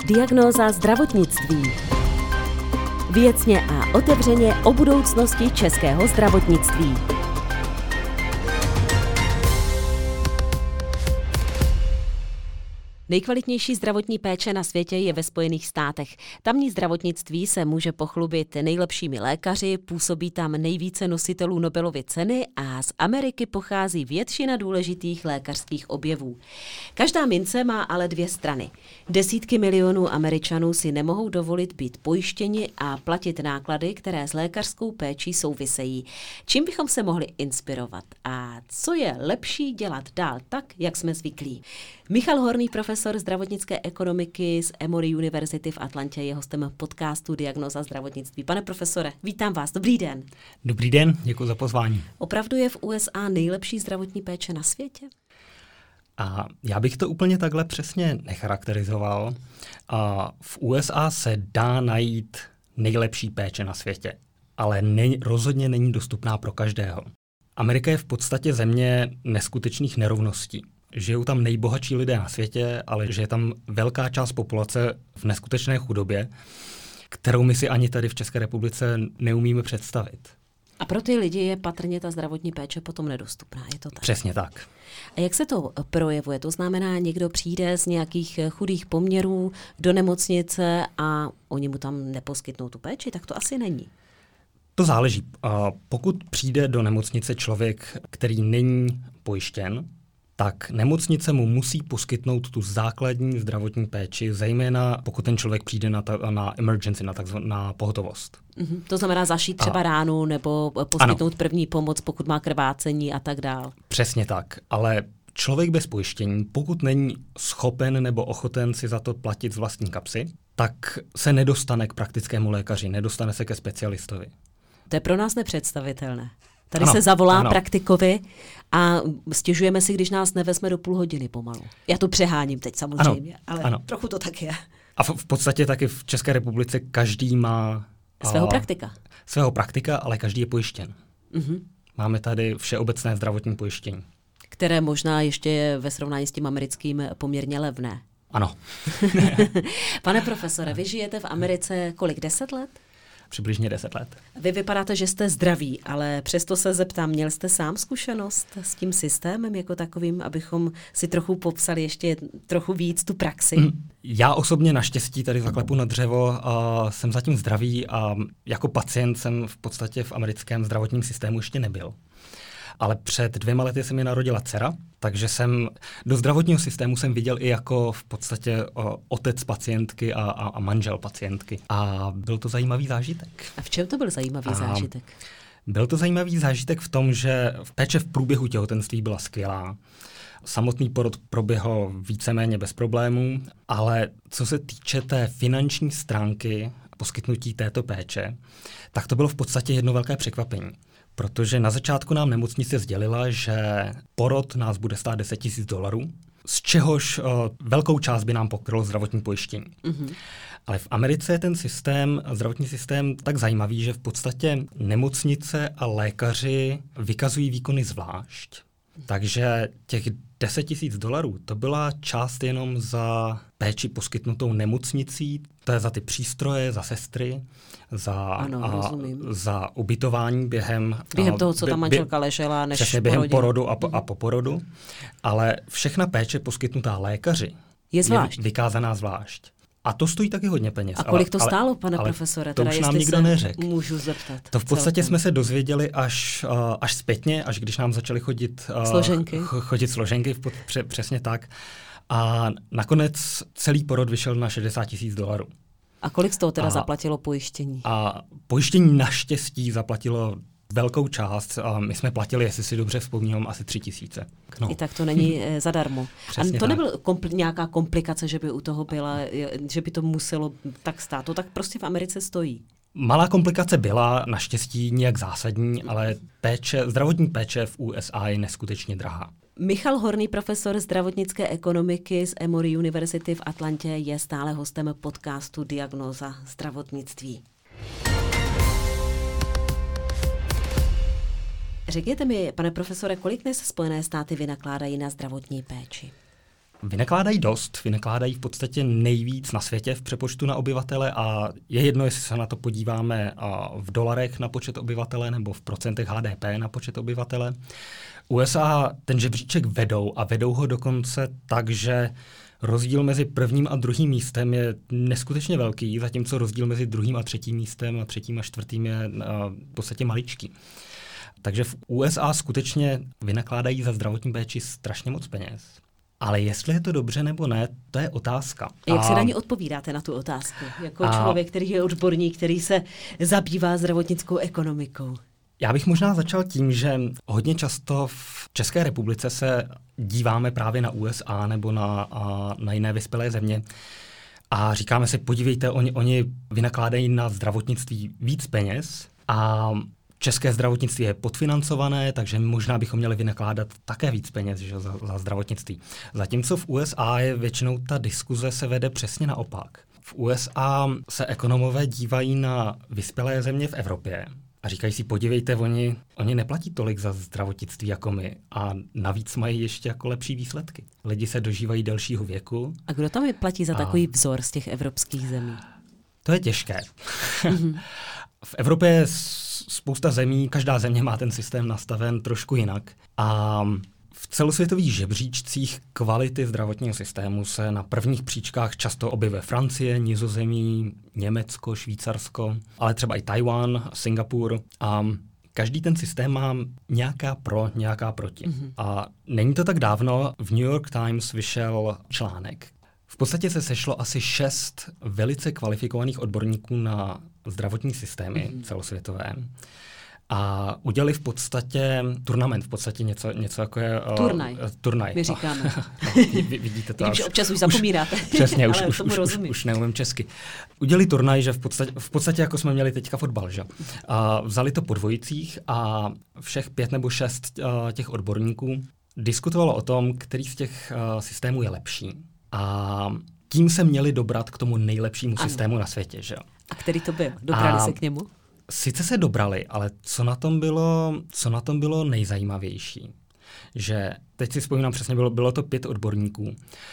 Diagnóza zdravotnictví. Věcně a otevřeně o budoucnosti českého zdravotnictví. Nejkvalitnější zdravotní péče na světě je ve Spojených státech. Tamní zdravotnictví se může pochlubit nejlepšími lékaři, působí tam nejvíce nositelů Nobelovy ceny a z Ameriky pochází většina důležitých lékařských objevů. Každá mince má ale dvě strany. Desítky milionů Američanů si nemohou dovolit být pojištěni a platit náklady, které s lékařskou péčí souvisejí. Čím bychom se mohli inspirovat a co je lepší dělat dál tak, jak jsme zvyklí? Michal Horný, profesor zdravotnické ekonomiky z Emory University v Atlantě, je hostem podcastu Diagnóza zdravotnictví. Pane profesore, vítám vás. Dobrý den. Dobrý den, děkuji za pozvání. Opravdu je v USA nejlepší zdravotní péče na světě? A já bych to úplně takhle přesně necharakterizoval. V USA se dá najít nejlepší péče na světě, ale rozhodně není dostupná pro každého. Amerika je v podstatě země neskutečných nerovností. Žijou tam nejbohatší lidé na světě, ale že je tam velká část populace v neskutečné chudobě, kterou my si ani tady v České republice neumíme představit. A pro ty lidi je patrně ta zdravotní péče potom nedostupná, je to tak? Přesně tak. A jak se to projevuje? To znamená, někdo přijde z nějakých chudých poměrů do nemocnice a oni mu tam neposkytnou tu péči, tak to asi není. To záleží. Pokud přijde do nemocnice člověk, který není pojištěn, tak nemocnice mu musí poskytnout tu základní zdravotní péči, zejména pokud ten člověk přijde na emergency, na pohotovost. To znamená zašít třeba ránu nebo poskytnout první pomoc, pokud má krvácení a tak dál. Přesně tak, ale člověk bez pojištění, pokud není schopen nebo ochoten si za to platit z vlastní kapsy, tak se nedostane k praktickému lékaři, nedostane se ke specialistovi. To je pro nás nepředstavitelné. Tady se zavolá praktikovi a stěžujeme si, když nás nevezme do půl hodiny pomalu. Já to přeháním teď samozřejmě, ale trochu to tak je. A v podstatě taky v České republice každý má svého praktika, ale každý je pojištěn. Máme tady všeobecné zdravotní pojištění. Které možná ještě je ve srovnání s tím americkým poměrně levné. Ano. Pane profesore, vy žijete v Americe kolik, 10 let? Přibližně 10 let. Vy vypadáte, že jste zdraví, ale přesto se zeptám, měl jste sám zkušenost s tím systémem jako takovým, abychom si trochu popsali ještě trochu víc tu praxi? Já osobně naštěstí tady zaklepu na dřevo jsem zatím zdravý a jako pacient jsem v podstatě v americkém zdravotním systému ještě nebyl. Ale před 2 lety se mi narodila dcera, takže jsem do zdravotního systému jsem viděl i jako v podstatě otec pacientky a manžel pacientky. A byl to zajímavý zážitek. A v čem to byl zajímavý zážitek? Byl to zajímavý zážitek v tom, že péče v průběhu těhotenství byla skvělá. Samotný porod proběhl víceméně bez problémů, ale co se týče té finanční stránky poskytnutí této péče, tak to bylo v podstatě jedno velké překvapení. Protože na začátku nám nemocnice sdělila, že porod nás bude stát $10,000, z čehož velkou část by nám pokrylo zdravotní pojištění. Ale v Americe je ten zdravotní systém tak zajímavý, že v podstatě nemocnice a lékaři vykazují výkony zvlášť. Takže těch $10,000 to byla část jenom za péči poskytnutou nemocnicí, to je za ty přístroje, za sestry, za ubytování během toho, co ta manželka ležela, než přesně během porodu a po porodu. Ale všechna péče poskytnutá lékaři je vykázaná zvlášť. A to stojí taky hodně peněz. A kolik to stálo, pane profesore? To už nám nikdo neřekl. Můžu zeptat. To v podstatě jsme se dozvěděli až zpětně, až když nám začaly chodit složenky, přesně tak. A nakonec celý porod vyšel na $60,000. A kolik z toho teda zaplatilo pojištění? A pojištění naštěstí zaplatilo velkou část. A my jsme platili, jestli si dobře vzpomínám, asi 3,000. I tak to není zadarmo. Přesně a to nebyla nějaká komplikace, že by u toho byla, že by to muselo tak stát. To tak prostě v Americe stojí. Malá komplikace byla, naštěstí nijak zásadní, ale zdravotní péče v USA je neskutečně drahá. Michal Horný, profesor zdravotnické ekonomiky z Emory University v Atlantě, je stále hostem podcastu Diagnóza zdravotnictví. Řekněte mi, pane profesore, kolik dnes Spojené státy vynakládají na zdravotní péči? Vynakládají dost, vynakládají v podstatě nejvíc na světě v přepočtu na obyvatele a je jedno, jestli se na to podíváme v dolarech na počet obyvatele nebo v procentech HDP na počet obyvatele. USA ten žebříček vedou a vedou ho dokonce tak, že rozdíl mezi prvním a druhým místem je neskutečně velký, zatímco rozdíl mezi druhým a třetím místem a třetím a čtvrtým je v podstatě maličký. Takže v USA skutečně vynakládají za zdravotní péči strašně moc peněz. Ale jestli je to dobře nebo ne, to je otázka. Jak se na ní odpovídáte na tu otázku? Jako člověk, který je odborník, který se zabývá zdravotnickou ekonomikou. Já bych možná začal tím, že hodně často v České republice se díváme právě na USA nebo na jiné vyspělé země a říkáme si, podívejte, oni vynakládají na zdravotnictví víc peněz a české zdravotnictví je podfinancované, takže možná bychom měli vynakládat také víc peněz, že, za zdravotnictví. Zatímco v USA je většinou ta diskuze se vede přesně naopak. V USA se ekonomové dívají na vyspělé země v Evropě a říkají si, podívejte, oni neplatí tolik za zdravotnictví jako my a navíc mají ještě jako lepší výsledky. Lidi se dožívají delšího věku. A kdo tam je platí za takový vzor z těch evropských zemí? To je těžké. V Evropě je spousta zemí, každá země má ten systém nastaven trošku jinak. A v celosvětových žebříčcích kvality zdravotního systému se na prvních příčkách často objevuje Francie, Nizozemí, Německo, Švýcarsko, ale třeba i Tajwan, Singapur. A každý ten systém má nějaká pro, nějaká proti. A není to tak dávno, v New York Times vyšel článek. V podstatě se sešlo asi 6 velice kvalifikovaných odborníků na zdravotní systémy celosvětové. A udělali v podstatě turnament, v podstatě něco jako je... Turnaj. My říkáme. Vidíte to. Vidím, že občas už zapomínáte. Přesně, už neumím česky. Udělali turnaj, že v podstatě jako jsme měli teďka fotbal, že? A vzali to po dvojicích a všech 5 nebo 6 těch odborníků diskutovalo o tom, který z těch systémů je lepší. A tím se měli dobrat k tomu nejlepšímu systému na světě, že? A který to byl? Dobrali se k němu? Sice se dobrali, ale co na tom bylo nejzajímavější, že teď si vzpomínám přesně, bylo to 5 odborníků,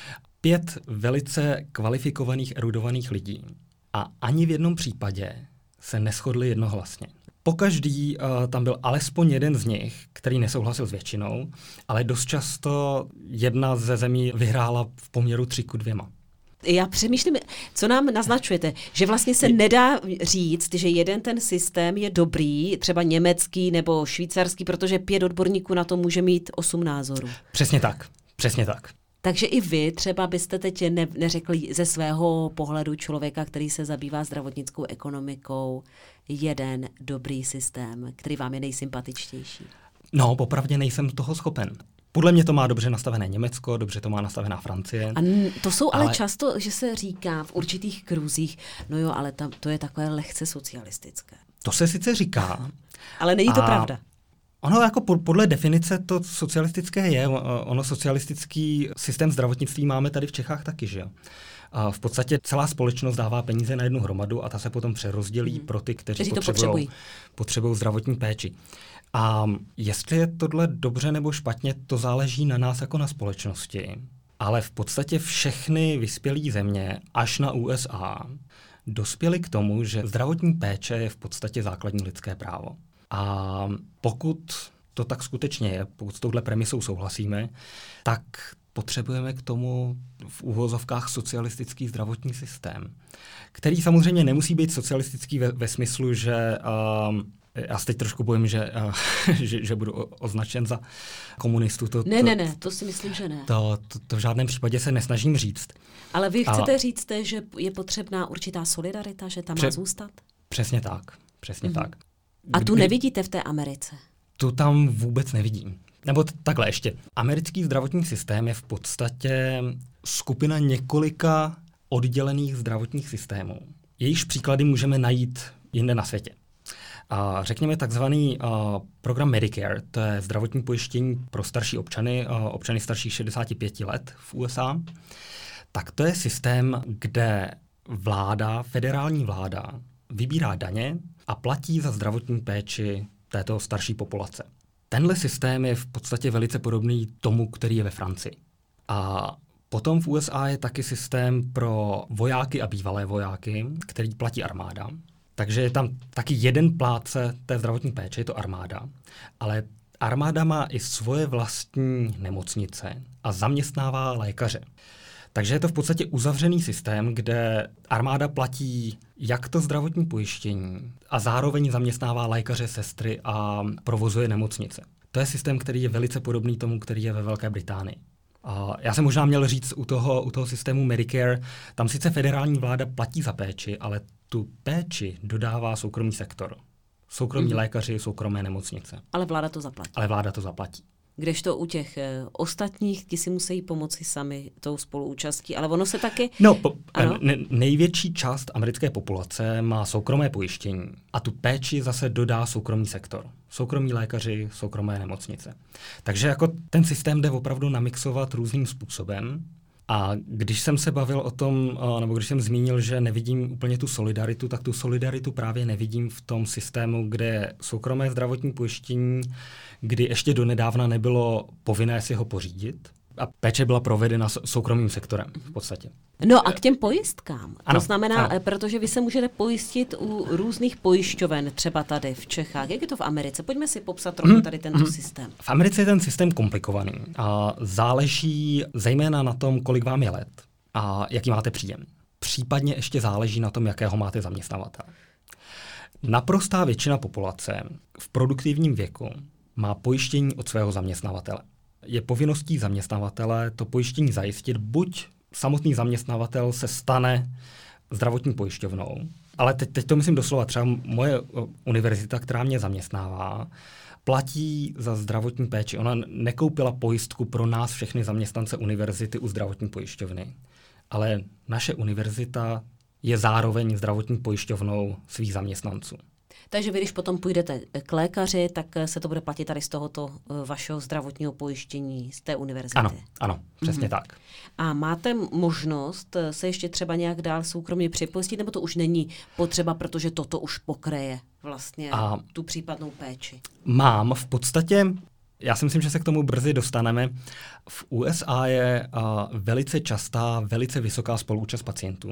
5 velice kvalifikovaných, erudovaných lidí a ani v jednom případě se neshodli jednohlasně. Pokaždý tam byl alespoň jeden z nich, který nesouhlasil s většinou, ale dost často jedna ze zemí vyhrála v poměru 3:2. Já přemýšlím, co nám naznačujete, že vlastně se nedá říct, že jeden ten systém je dobrý, třeba německý nebo švýcarský, protože 5 odborníků na to může mít 8 názorů. Přesně tak. Takže i vy třeba byste teď neřekli ze svého pohledu člověka, který se zabývá zdravotnickou ekonomikou, jeden dobrý systém, který vám je nejsympatičtější. No, popravdě nejsem toho schopen. Podle mě to má dobře nastavené Německo, dobře to má nastavená Francie. A to jsou ale často, že se říká v určitých kruzích, no jo, ale to je takové lehce socialistické. To se sice říká. Ale není to pravda. Ono jako podle definice to socialistické je. Ono socialistický systém zdravotnictví máme tady v Čechách taky, že jo. A v podstatě celá společnost dává peníze na jednu hromadu a ta se potom přerozdělí pro ty, kteří potřebují zdravotní péči. A jestli je tohle dobře nebo špatně, to záleží na nás jako na společnosti. Ale v podstatě všechny vyspělé země, až na USA, dospěly k tomu, že zdravotní péče je v podstatě základní lidské právo. A pokud to tak skutečně je, pokud s touhle premisou souhlasíme, tak potřebujeme k tomu v uvozovkách socialistický zdravotní systém, který samozřejmě nemusí být socialistický ve smyslu, že já se teď trošku bojím, že budu označen za komunistu. Ne, to si myslím, že ne. To v žádném případě se nesnažím říct. Ale vy chcete říct, že je potřebná určitá solidarita, že tam má zůstat? Přesně tak. A tu nevidíte v té Americe? Tu tam vůbec nevidím. Nebo takhle ještě. Americký zdravotní systém je v podstatě skupina několika oddělených zdravotních systémů. Jejichž příklady můžeme najít jinde na světě. A řekněme takzvaný program Medicare, to je zdravotní pojištění pro starší občany starších 65 let v USA, tak to je systém, kde federální vláda vybírá daně a platí za zdravotní péči této starší populace. Tenhle systém je v podstatě velice podobný tomu, který je ve Francii. A Potom v USA je taky systém pro vojáky a bývalé vojáky, který platí armáda. Takže je tam taky jeden plátce té zdravotní péče, je to armáda. Ale armáda má i svoje vlastní nemocnice a zaměstnává lékaře. Takže je to v podstatě uzavřený systém, kde armáda platí jak to zdravotní pojištění a zároveň zaměstnává lékaře, sestry a provozuje nemocnice. To je systém, který je velice podobný tomu, který je ve Velké Británii. A já jsem možná měl říct u toho systému Medicare, tam sice federální vláda platí za péči, ale tu péči dodává soukromý sektor. Soukromí lékaři, soukromé nemocnice. Ale vláda to zaplatí. Kdežto u těch ostatních, ti si musí pomoci sami tou spoluúčastí, ale ono se taky... Největší část americké populace má soukromé pojištění a tu péči zase dodá soukromý sektor. Soukromí lékaři, soukromé nemocnice. Takže jako ten systém jde opravdu namixovat různým způsobem. A když jsem se bavil o tom, nebo když jsem zmínil, že nevidím úplně tu solidaritu, tak tu solidaritu právě nevidím v tom systému, kde je soukromé zdravotní pojištění, kdy ještě donedávna nebylo povinné si ho pořídit a péče byla provedena soukromým sektorem v podstatě. No a k těm pojistkám. Ano, to znamená, ano. Protože vy se můžete pojistit u různých pojišťoven, třeba tady v Čechách. Jak je to v Americe? Pojďme si popsat trochu tady tento systém. V Americe je ten systém komplikovaný a záleží zejména na tom, kolik vám je let a jaký máte příjem. Případně ještě záleží na tom, jakého máte zaměstnavatele. Naprostá většina populace v produktivním věku má pojištění od svého zaměstnavatele. Je povinností zaměstnavatele to pojištění zajistit, buď samotný zaměstnavatel se stane zdravotní pojišťovnou, ale teď to myslím doslova, třeba moje univerzita, která mě zaměstnává, platí za zdravotní péči. Ona nekoupila pojistku pro nás všechny zaměstnance univerzity u zdravotní pojišťovny, ale naše univerzita je zároveň zdravotní pojišťovnou svých zaměstnanců. Takže vy, když potom půjdete k lékaři, tak se to bude platit tady z tohoto vašeho zdravotního pojištění z té univerzity. Ano, přesně tak. A máte možnost se ještě třeba nějak dál soukromně připojistit, nebo to už není potřeba, protože toto už pokryje vlastně tu případnou péči? Mám v podstatě, já si myslím, že se k tomu brzy dostaneme. V USA je velice častá, velice vysoká spoluúčast pacientů.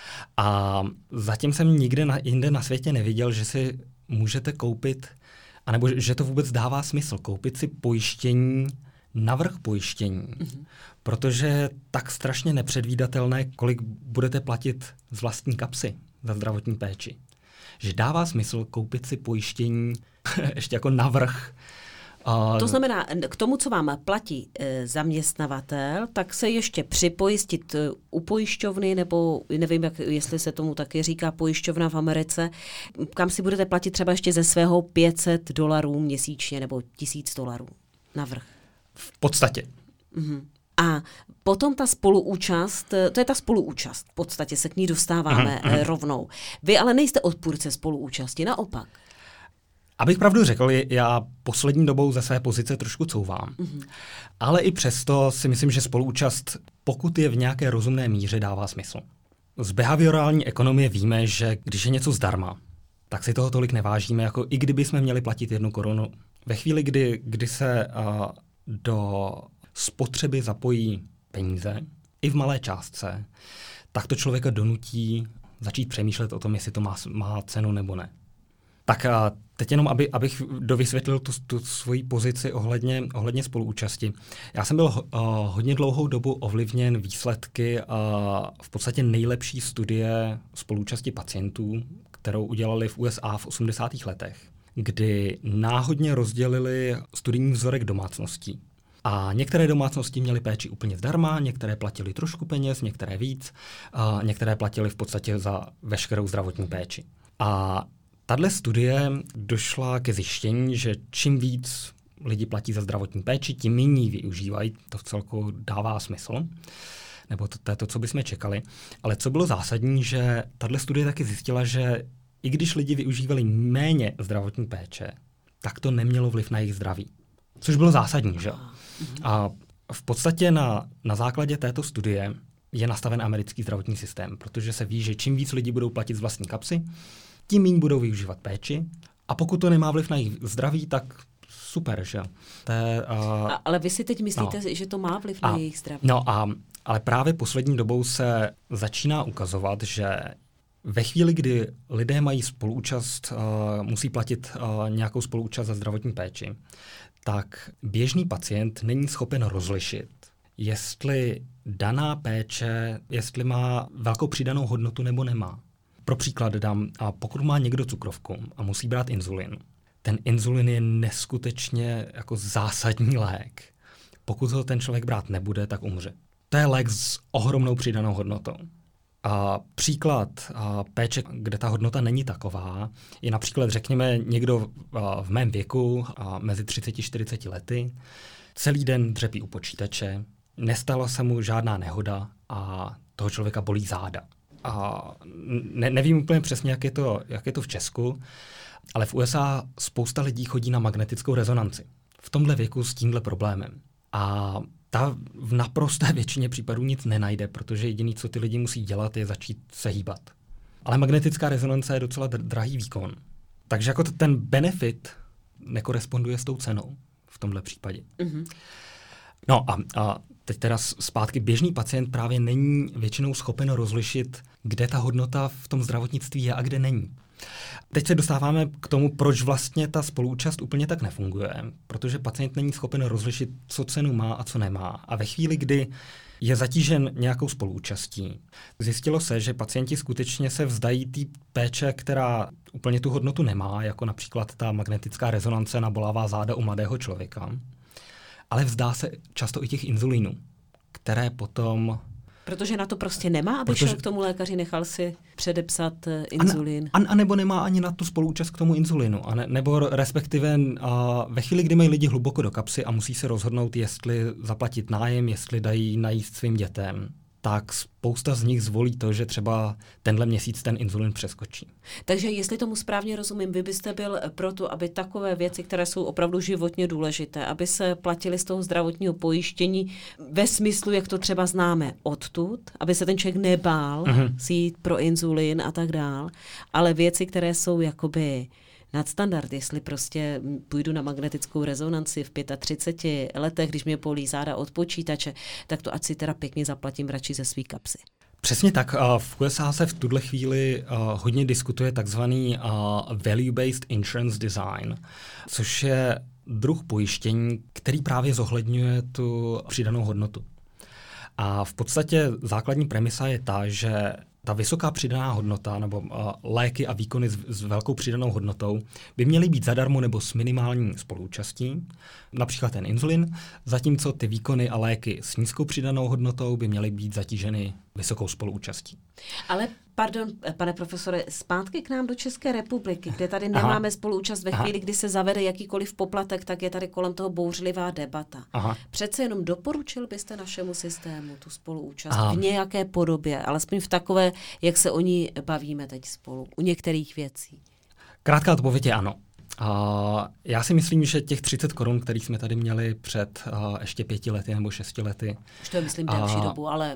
A zatím jsem nikde jinde na světě neviděl, že si můžete koupit, anebo že to vůbec dává smysl, koupit si pojištění navrch pojištění, protože je tak strašně nepředvídatelné, kolik budete platit z vlastní kapsy za zdravotní péči. Že dává smysl koupit si pojištění ještě jako navrch. To znamená, k tomu, co vám platí zaměstnavatel, tak se ještě připojistit u pojišťovny, nebo nevím, jestli se tomu taky říká pojišťovna v Americe, kam si budete platit třeba ještě ze svého $500 měsíčně nebo $1000 navrch. V podstatě. A potom ta spoluúčast, to je ta spoluúčast, v podstatě se k ní dostáváme rovnou. Vy ale nejste odpůrce spoluúčasti, naopak. Abych pravdu řekl, já poslední dobou ze své pozice trošku couvám. Ale i přesto si myslím, že spoluúčast, pokud je v nějaké rozumné míře, dává smysl. Z behaviorální ekonomie víme, že když je něco zdarma, tak si toho tolik nevážíme, jako i kdyby jsme měli platit 1 korunu. Ve chvíli, kdy se do spotřeby zapojí peníze, i v malé částce, tak to člověka donutí začít přemýšlet o tom, jestli to má cenu nebo ne. Tak teď jenom, abych dovysvětlil tu svoji pozici ohledně spoluúčasti. Já jsem byl hodně dlouhou dobu ovlivněn výsledky v podstatě nejlepší studie spoluúčasti pacientů, kterou udělali v USA v 80. letech, kdy náhodně rozdělili studijní vzorek domácností. A některé domácnosti měly péči úplně zdarma, některé platili trošku peněz, některé víc, některé platili v podstatě za veškerou zdravotní péči. A tahle studie došla ke zjištění, že čím víc lidi platí za zdravotní péči, tím méně využívají. To v celku dává smysl, nebo to je to, co bychom čekali. Ale co bylo zásadní, že tahle studie taky zjistila, že i když lidi využívali méně zdravotní péče, tak to nemělo vliv na jejich zdraví. Což bylo zásadní, že? A v podstatě na základě této studie je nastaven americký zdravotní systém, protože se ví, že čím víc lidí budou platit z vlastní kapsy, tím méně budou využívat péči a pokud to nemá vliv na jejich zdraví, tak super, že? Ale vy si teď myslíte, že to má vliv na jejich zdraví? Ale právě poslední dobou se začíná ukazovat, že ve chvíli, kdy lidé mají spoluúčast, musí platit nějakou spoluúčast za zdravotní péči, tak běžný pacient není schopen rozlišit, jestli daná péče, jestli má velkou přidanou hodnotu nebo nemá. Pro příklad dám, pokud má někdo cukrovku a musí brát inzulin, ten inzulin je neskutečně jako zásadní lék. Pokud ho ten člověk brát nebude, tak umře. To je lék s ohromnou přidanou hodnotou. A příklad péče, kde ta hodnota není taková, je například, řekněme, někdo v mém věku, mezi 30-40 lety, celý den dřepí u počítače, nestala se mu žádná nehoda a toho člověka bolí záda. A nevím úplně přesně, jak je to v Česku, ale v USA spousta lidí chodí na magnetickou rezonanci. V tomhle věku s tímhle problémem. A ta v naprosté většině případů nic nenajde, protože jediné, co ty lidi musí dělat, je začít se hýbat. Ale magnetická rezonance je docela drahý výkon. Takže jako ten benefit nekoresponduje s tou cenou v tomhle případě. Mm-hmm. No a teď teda zpátky, běžný pacient právě není většinou schopen rozlišit, kde ta hodnota v tom zdravotnictví je a kde není. Teď se dostáváme k tomu, proč vlastně ta spoluúčast úplně tak nefunguje, protože pacient není schopen rozlišit, co cenu má a co nemá. A ve chvíli, kdy je zatížen nějakou spoluúčastí, zjistilo se, že pacienti skutečně se vzdají té péče, která úplně tu hodnotu nemá, jako například ta magnetická rezonance na bolavá záda u mladého člověka, ale vzdá se často i těch inzulínů, které potom... Protože na to prostě nemá, aby šel k tomu lékaři, nechal si předepsat inzulín. A nebo nemá ani na tu spoluúčast k tomu inzulínu. Nebo respektive ve chvíli, kdy mají lidi hluboko do kapsy a musí se rozhodnout, jestli zaplatit nájem, jestli dají najíst svým dětem, tak spousta z nich zvolí to, že třeba tenhle měsíc ten inzulin přeskočí. Takže jestli tomu správně rozumím, vy byste byl proto, aby takové věci, které jsou opravdu životně důležité, aby se platily z toho zdravotního pojištění ve smyslu, jak to třeba známe odtud, aby se ten člověk nebál si jít pro inzulin a tak dál, ale věci, které jsou jakoby nadstandard, jestli prostě půjdu na magnetickou rezonanci v 35 letech, když mě bolí záda od počítače, tak to ať si teda pěkně zaplatím radši ze svý kapsy. Přesně tak. V USA se v tuhle chvíli hodně diskutuje takzvaný value-based insurance design, což je druh pojištění, který právě zohledňuje tu přidanou hodnotu. A v podstatě základní premisa je ta, že ta vysoká přidaná hodnota nebo léky a výkony s velkou přidanou hodnotou by měly být zadarmo nebo s minimální spoluúčastí, například ten inzulin, zatímco ty výkony a léky s nízkou přidanou hodnotou by měly být zatíženy vysokou spoluúčastí. Ale pardon, pane profesore, zpátky k nám do České republiky, kde tady nemáme spoluúčast ve chvíli, kdy se zavede jakýkoliv poplatek, tak je tady kolem toho bouřlivá debata. Přece jenom doporučil byste našemu systému tu spoluúčast v nějaké podobě, alespoň v takové, jak se o ní bavíme teď spolu, u některých věcí? Krátká odpověď je ano. Já si myslím, že těch 30 korun, který jsme tady měli před ještě 5 lety nebo 6 lety. Už to je, myslím, delší dobu, ale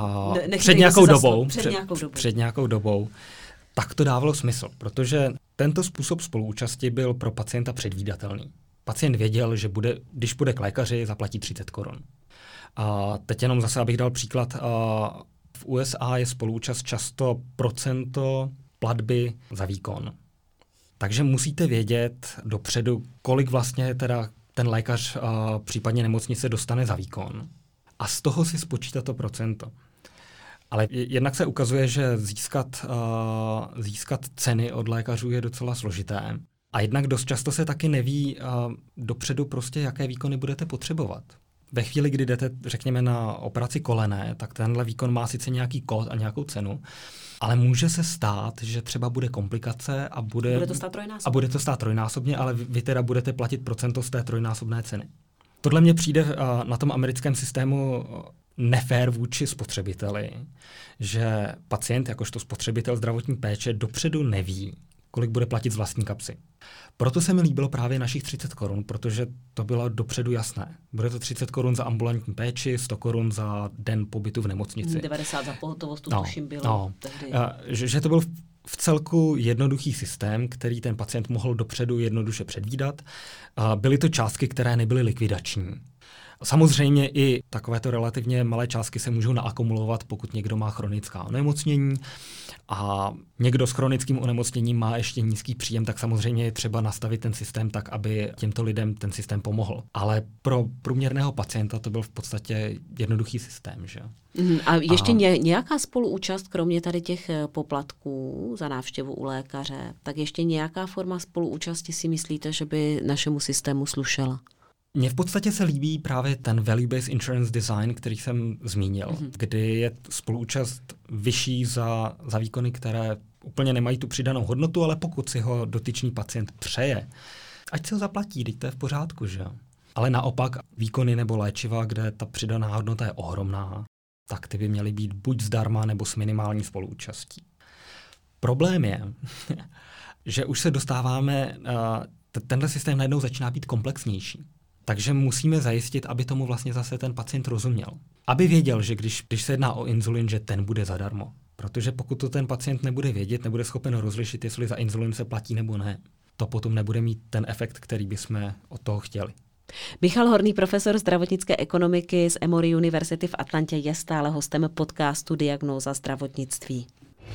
před nějakou dobou, tak to dávalo smysl, protože tento způsob spoluúčasti byl pro pacienta předvídatelný. Pacient věděl, že když půjde k lékaři, zaplatí 30 korun. Teď jenom zase, abych dal příklad, v USA je spoluúčast často procento platby za výkon. Takže musíte vědět dopředu, kolik vlastně teda ten lékař, případně nemocnice dostane za výkon. A z toho si spočítat to procento. Ale jednak se ukazuje, že získat ceny od lékařů je docela složité. A jednak dost často se taky neví dopředu prostě, jaké výkony budete potřebovat. Ve chvíli, kdy jdete, řekněme, na operaci kolene, tak tenhle výkon má sice nějaký kód a nějakou cenu, ale může se stát, že třeba bude komplikace a bude to stát trojnásobně, ale vy teda budete platit procento z té trojnásobné ceny. Tohle mně přijde na tom americkém systému nefér vůči spotřebiteli, že pacient, jakožto spotřebitel zdravotní péče, dopředu neví, kolik bude platit z vlastní kapsy. Proto se mi líbilo právě našich 30 korun, protože to bylo dopředu jasné. Bude to 30 korun za ambulantní péči, 100 korun za den pobytu v nemocnici. 90 za pohotovost, tuším bylo. Že to byl vcelku jednoduchý systém, který ten pacient mohl dopředu jednoduše předvídat. Byly to částky, které nebyly likvidační. Samozřejmě i takovéto relativně malé částky se můžou naakumulovat, pokud někdo má chronická onemocnění a někdo s chronickým onemocněním má ještě nízký příjem, tak samozřejmě je třeba nastavit ten systém tak, aby těmto lidem ten systém pomohl. Ale pro průměrného pacienta to byl v podstatě jednoduchý systém, že? A ještě nějaká spoluúčast, kromě tady těch poplatků za návštěvu u lékaře, tak ještě nějaká forma spoluúčasti si myslíte, že by našemu systému slušela? Mně v podstatě se líbí právě ten value-based insurance design, který jsem zmínil, kdy je spoluúčast vyšší za výkony, které úplně nemají tu přidanou hodnotu, ale pokud si ho dotyčný pacient přeje, ať si ho zaplatí, teď to je v pořádku, že? Ale naopak výkony nebo léčiva, kde ta přidaná hodnota je ohromná, tak ty by měly být buď zdarma, nebo s minimální spoluúčastí. Problém je, že už se dostáváme, tenhle systém najednou začíná být komplexnější. Takže musíme zajistit, aby tomu vlastně zase ten pacient rozuměl. Aby věděl, že když se jedná o inzulin, že ten bude zadarmo. Protože pokud to ten pacient nebude vědět, nebude schopen rozlišit, jestli za inzulin se platí nebo ne, to potom nebude mít ten efekt, který bychom od toho chtěli. Michal Horný, profesor zdravotnické ekonomiky z Emory University v Atlantě, je stále hostem podcastu Diagnóza zdravotnictví.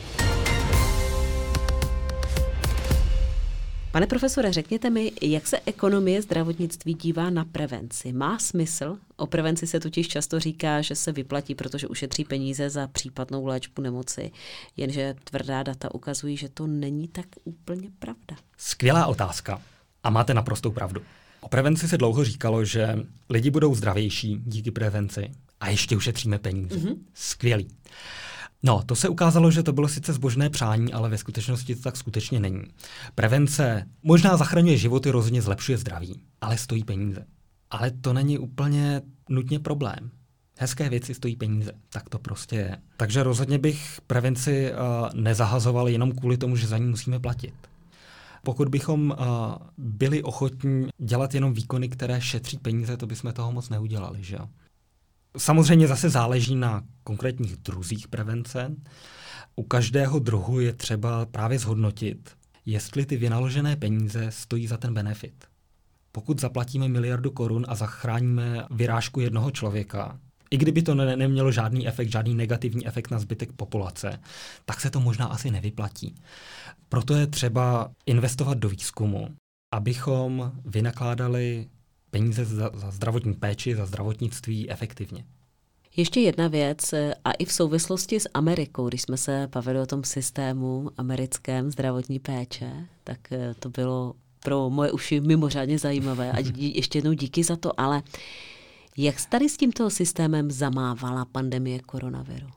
Pane profesore, řekněte mi, jak se ekonomie zdravotnictví dívá na prevenci? Má smysl? O prevenci se totiž často říká, že se vyplatí, protože ušetří peníze za případnou léčbu nemoci, jenže tvrdá data ukazují, že to není tak úplně pravda. Skvělá otázka a máte naprostou pravdu. O prevenci se dlouho říkalo, že lidi budou zdravější díky prevenci a ještě ušetříme peníze. Skvělý. No, to se ukázalo, že to bylo sice zbožné přání, ale ve skutečnosti to tak skutečně není. Prevence možná zachraňuje životy, rozhodně zlepšuje zdraví, ale stojí peníze. Ale to není úplně nutně problém. Hezké věci stojí peníze, tak to prostě je. Takže rozhodně bych prevenci nezahazoval jenom kvůli tomu, že za ní musíme platit. Pokud bychom byli ochotní dělat jenom výkony, které šetří peníze, to bychom toho moc neudělali, že jo? Samozřejmě zase záleží na konkrétních druzích prevence. U každého druhu je třeba právě zhodnotit, jestli ty vynaložené peníze stojí za ten benefit. Pokud zaplatíme 1 miliardu korun a zachráníme vyrážku jednoho člověka, i kdyby to nemělo žádný efekt, žádný negativní efekt na zbytek populace, tak se to možná asi nevyplatí. Proto je třeba investovat do výzkumu, abychom vynakládali peníze za zdravotní péči, za zdravotnictví efektivně. Ještě jedna věc, a i v souvislosti s Amerikou, když jsme se bavili o tom systému americkém zdravotní péče, tak to bylo pro moje uši mimořádně zajímavé. A ještě jednou díky za to, ale jak tady s tímto systémem zamávala pandemie koronaviru?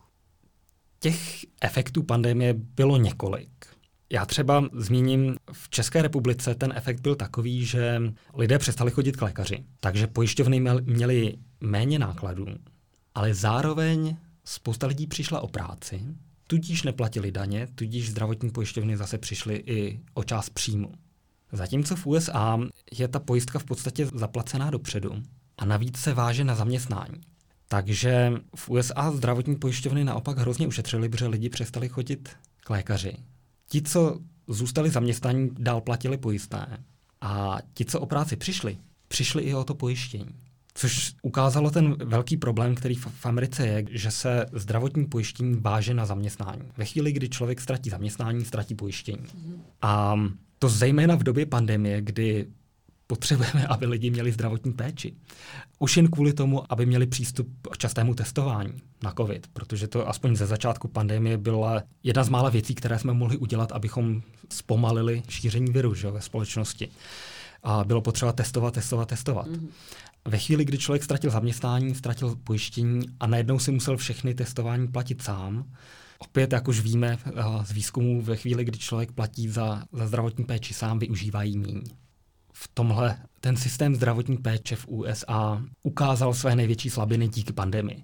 Těch efektů pandemie bylo několik. Já třeba zmíním, v České republice ten efekt byl takový, že lidé přestali chodit k lékaři, takže pojišťovny měly méně nákladů, ale zároveň spousta lidí přišla o práci, tudíž neplatili daně, tudíž zdravotní pojišťovny zase přišly i o část příjmu. Zatímco v USA je ta pojistka v podstatě zaplacená dopředu a navíc se váže na zaměstnání. Takže v USA zdravotní pojišťovny naopak hrozně ušetřily, protože lidi přestali chodit k lékaři. Ti, co zůstali zaměstnaní, dál platili pojistné. A ti, co o práci přišli i o to pojištění. Což ukázalo ten velký problém, který v Americe je, že se zdravotní pojištění váže na zaměstnání. Ve chvíli, kdy člověk ztratí zaměstnání, ztratí pojištění. A to zejména v době pandemie, kdy potřebujeme, aby lidi měli zdravotní péči. Už jen kvůli tomu, aby měli přístup k častému testování na COVID, protože to aspoň ze začátku pandemie byla jedna z mála věcí, které jsme mohli udělat, abychom zpomalili šíření viru, že, ve společnosti. A bylo potřeba testovat. Ve chvíli, kdy člověk ztratil zaměstnání, ztratil pojištění a najednou si musel všechny testování platit sám, opět, jak už víme z výzkumu, ve chvíli, kdy člověk platí za zdravotní péči sám, využívají míň. V tomhle ten systém zdravotní péče v USA ukázal své největší slabiny díky pandemii.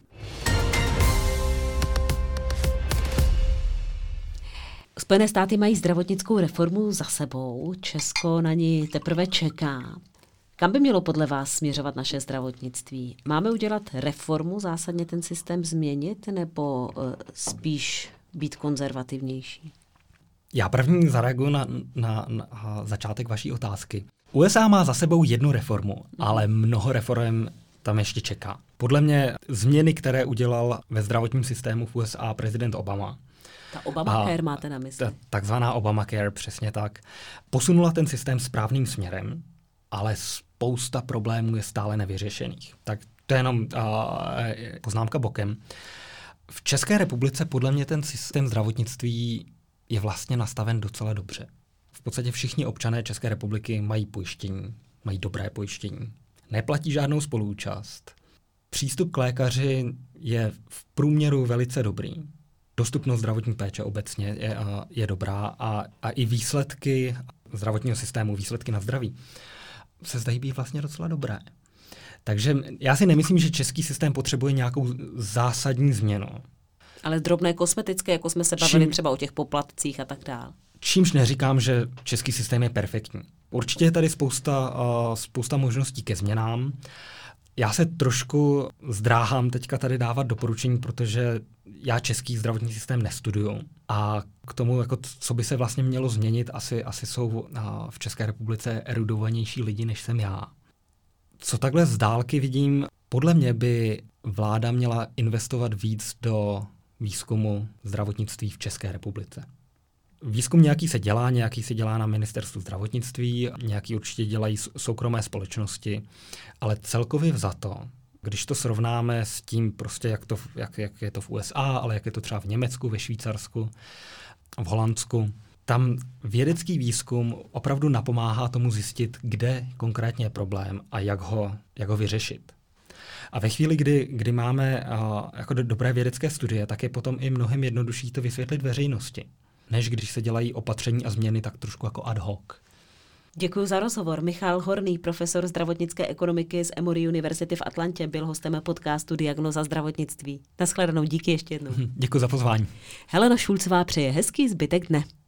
Spojené státy mají zdravotnickou reformu za sebou, Česko na ní teprve čeká. Kam by mělo podle vás směřovat naše zdravotnictví? Máme udělat reformu, zásadně ten systém změnit, nebo spíš být konzervativnější? Já první zareaguji na začátek vaší otázky. USA má za sebou jednu reformu, ale mnoho reform tam ještě čeká. Podle mě změny, které udělal ve zdravotním systému v USA prezident Obama. Ta Obamacare máte na mysli? Takzvaná Obamacare, přesně tak. Posunula ten systém správným směrem, ale spousta problémů je stále nevyřešených. Tak to je jenom poznámka bokem. V České republice podle mě ten systém zdravotnictví je vlastně nastaven docela dobře. V podstatě všichni občané České republiky mají pojištění, mají dobré pojištění. Neplatí žádnou spoluúčast. Přístup k lékaři je v průměru velice dobrý. Dostupnost zdravotní péče obecně je dobrá a i výsledky zdravotního systému, výsledky na zdraví, se zdají být vlastně docela dobré. Takže já si nemyslím, že český systém potřebuje nějakou zásadní změnu. Ale drobné kosmetické, jako jsme se bavili třeba o těch poplatcích a tak dále. Čímž neříkám, že český systém je perfektní. Určitě je tady spousta možností ke změnám. Já se trošku zdráhám teďka tady dávat doporučení, protože já český zdravotní systém nestuduju. A k tomu, jako co by se vlastně mělo změnit, asi jsou v České republice erudovanější lidi, než jsem já. Co takhle z dálky vidím, podle mě by vláda měla investovat víc do výzkumu zdravotnictví v České republice. Výzkum nějaký se dělá na ministerstvu zdravotnictví, nějaký určitě dělají soukromé společnosti, ale celkově vzato, když to srovnáme s tím prostě, jak je to v USA, ale jak je to třeba v Německu, ve Švýcarsku, v Holandsku, tam vědecký výzkum opravdu napomáhá tomu zjistit, kde konkrétně je problém a jak ho vyřešit. A ve chvíli, kdy máme jako dobré vědecké studie, tak je potom i mnohem jednodušší to vysvětlit veřejnosti, než když se dělají opatření a změny tak trošku jako ad hoc. Děkuji za rozhovor. Michal Horný, profesor zdravotnické ekonomiky z Emory University v Atlantě, byl hostem podcastu Diagnóza zdravotnictví. Naschledanou, díky ještě jednou. Děkuji za pozvání. Helena Šulcová přeje hezký zbytek dne.